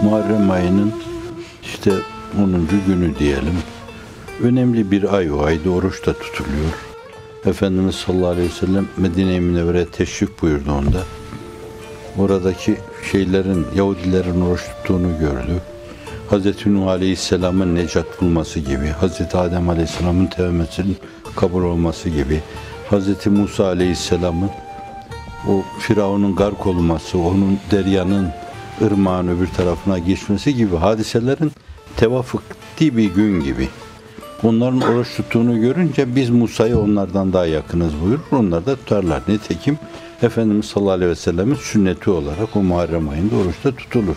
Muharrem ayının işte 10. günü diyelim. Önemli bir ay o. Ayda oruç da tutuluyor. Efendimiz sallallahu aleyhi ve sellem Medine-i Münevvere'ye teşrif buyurdu onda. Oradaki Yahudilerin oruç tuttuğunu gördü. Hz. Nuh Aleyhisselam'ın necat bulması gibi, Hz. Adem Aleyhisselam'ın tevbesinin kabul olması gibi, Hz. Musa Aleyhisselam'ın o Firavun'un gark olması, onun deryanın, ırmağın öbür tarafına geçmesi gibi hadiselerin tevafuk ettiği bir gün gibi. Onların oruç tuttuğunu görünce biz Musa'ya onlardan daha yakınız buyurur. Onlar da tutarlar. Nitekim Efendimiz sallallahu aleyhi ve sellemin sünneti olarak o Muharrem ayında oruçta tutulur.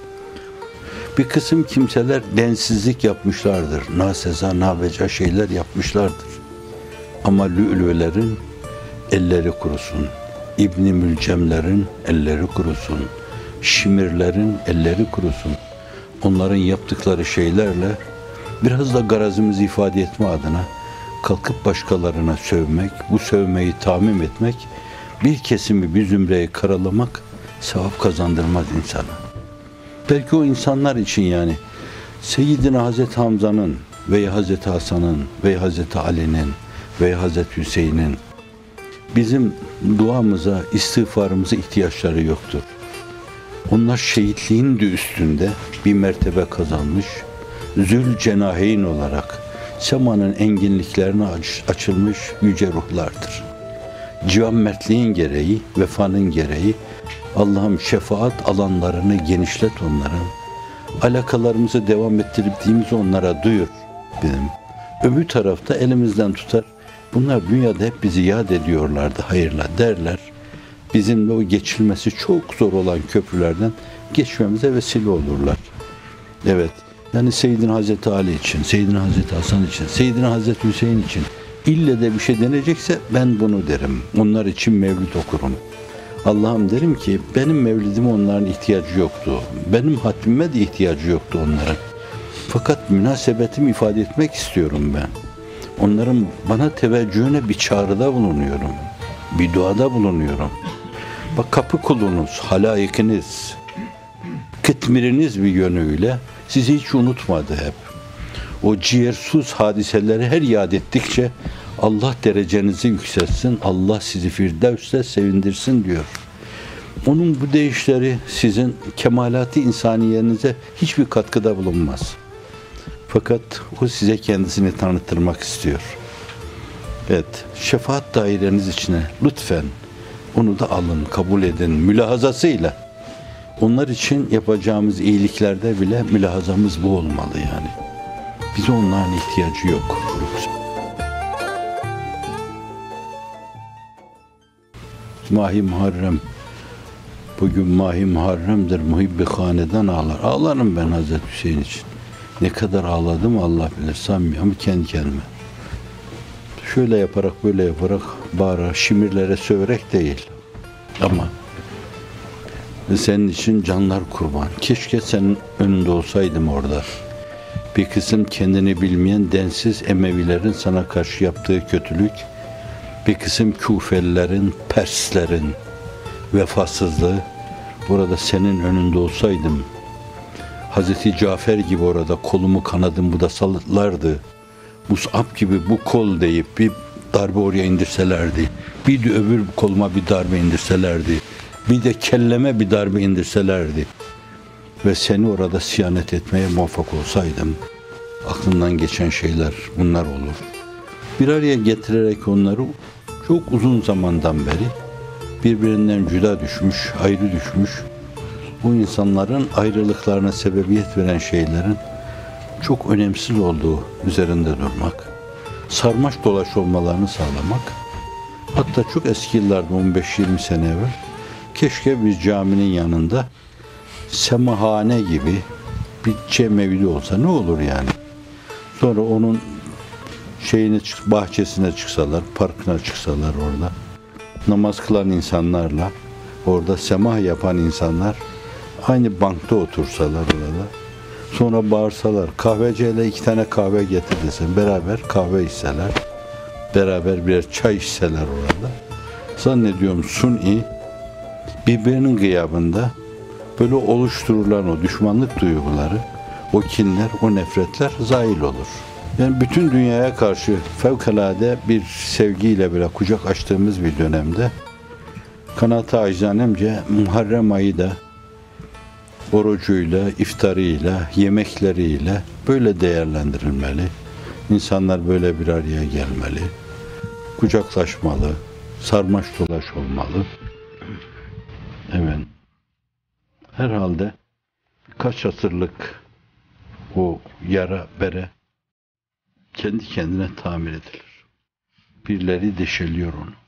Bir kısım kimseler densizlik yapmışlardır. Naseza, nabeca şeyler yapmışlardır. Ama lü'lülerin elleri kurusun. İbn-i Mülcemlerin elleri kurusun. Şimirlerin elleri kurusun. Onların yaptıkları şeylerle biraz da garazımızı ifade etme adına kalkıp başkalarına sövmek, bu sövmeyi tamim etmek, bir kesimi, bir zümreyi karalamak sevap kazandırmaz insana. Belki o insanlar için yani Seyyidina Hazreti Hamza'nın veya Hazreti Hasan'ın veya Hazreti Ali'nin veya Hazreti Hüseyin'in bizim duamıza, istiğfarımıza ihtiyaçları yoktur. Onlar şehitliğin de üstünde bir mertebe kazanmış, Zülcenaheyn olarak semanın enginliklerine açılmış yüce ruhlardır. Civan mertliğin gereği, vefanın gereği, Allah'ım şefaat alanlarını genişlet onların. Alakalarımızı devam ettirdiğimizi onlara duyur bizim. Öbür tarafta elimizden tutar. Bunlar dünyada hep bizi yad ediyorlardı hayırla derler. Bizimle o geçilmesi çok zor olan köprülerden geçmemize vesile olurlar. Evet. Yani Seyyidina Hazreti Ali için, Seyyidina Hazreti Hasan için, Seyyidina Hazreti Hüseyin için ille de bir şey denecekse ben bunu derim. Onlar için mevlid okurum. Allah'ım derim ki benim mevlidime onların ihtiyacı yoktu. Benim hatmime de ihtiyacı yoktu onların. Fakat münasebetimi ifade etmek istiyorum ben. Onların bana teveccühüne bir çağrıda bulunuyorum. Bir duada bulunuyorum. Bak kapı kulunuz, halayıkınız, kıtmiriniz bir yönüyle sizi hiç unutmadı hep. O ciğersuz hadiseleri her yad ettikçe Allah derecenizi yükseltsin, Allah sizi Firdevs'te sevindirsin diyor. Onun bu deyişleri sizin kemalat-ı insaniyenize hiçbir katkıda bulunmaz. Fakat o size kendisini tanıttırmak istiyor. Evet, şefaat daireniz içine lütfen onu da alın, kabul edin, mülahazasıyla. Onlar için yapacağımız iyiliklerde bile mülahazamız bu olmalı yani. Bize onların ihtiyacı yok. Mahi Muharrem. Bugün Mahi Muharrem'dir. Muhibbi hanedan ağlar. Ağlarım ben Hazreti Hüseyin için. Ne kadar ağladım Allah bilir. Samimi ama kendi kendime. Şöyle yaparak böyle yaparak bağıra, şimirlere söverek değil. Ama senin için canlar kurban. Keşke senin önünde olsaydım orada. Bir kısım kendini bilmeyen densiz Emevilerin sana karşı yaptığı kötülük, bir kısım Kufelilerin, Perslerin vefasızlığı, burada senin önünde olsaydım, Hazreti Cafer gibi orada kolumu kanadım bu da sallardı. Mus'ab gibi bu kol deyip bir darbe oraya indirselerdi. Bir de öbür koluma bir darbe indirselerdi. Bir de kelleme bir darbe indirselerdi. Ve seni orada siyanet etmeye muvaffak olsaydım, aklımdan geçen şeyler bunlar olur. Bir araya getirerek onları çok uzun zamandan beri birbirinden cüda düşmüş, ayrı düşmüş, bu insanların ayrılıklarına sebebiyet veren şeylerin çok önemsiz olduğu üzerinde durmak, sarmaş dolaş olmalarını sağlamak, hatta çok eski yıllarda 15-20 sene evvel keşke biz caminin yanında semahane gibi bir cemevli olsa ne olur yani. Sonra onun bahçesine çıksalar, parkına çıksalar orada, namaz kılan insanlarla, orada semah yapan insanlar aynı bankta otursalar orada. Sonra bağırsalar, kahveciyle 2 tane kahve getir desen, beraber kahve içseler, beraber birer çay içseler orada. Zannediyorum suni, birbirinin gıyabında böyle oluşturulan o düşmanlık duyguları, o kinler, o nefretler zail olur. Yani bütün dünyaya karşı fevkalade bir sevgiyle böyle kucak açtığımız bir dönemde kanaat-ı acizanemce Muharrem ayı da orucuyla, iftarıyla, yemekleriyle böyle değerlendirilmeli. İnsanlar böyle bir araya gelmeli. Kucaklaşmalı, sarmaş dolaş olmalı. Evet. Herhalde kaç asırlık o yara bere kendi kendine tamir edilir. Birileri deşeliyor onu.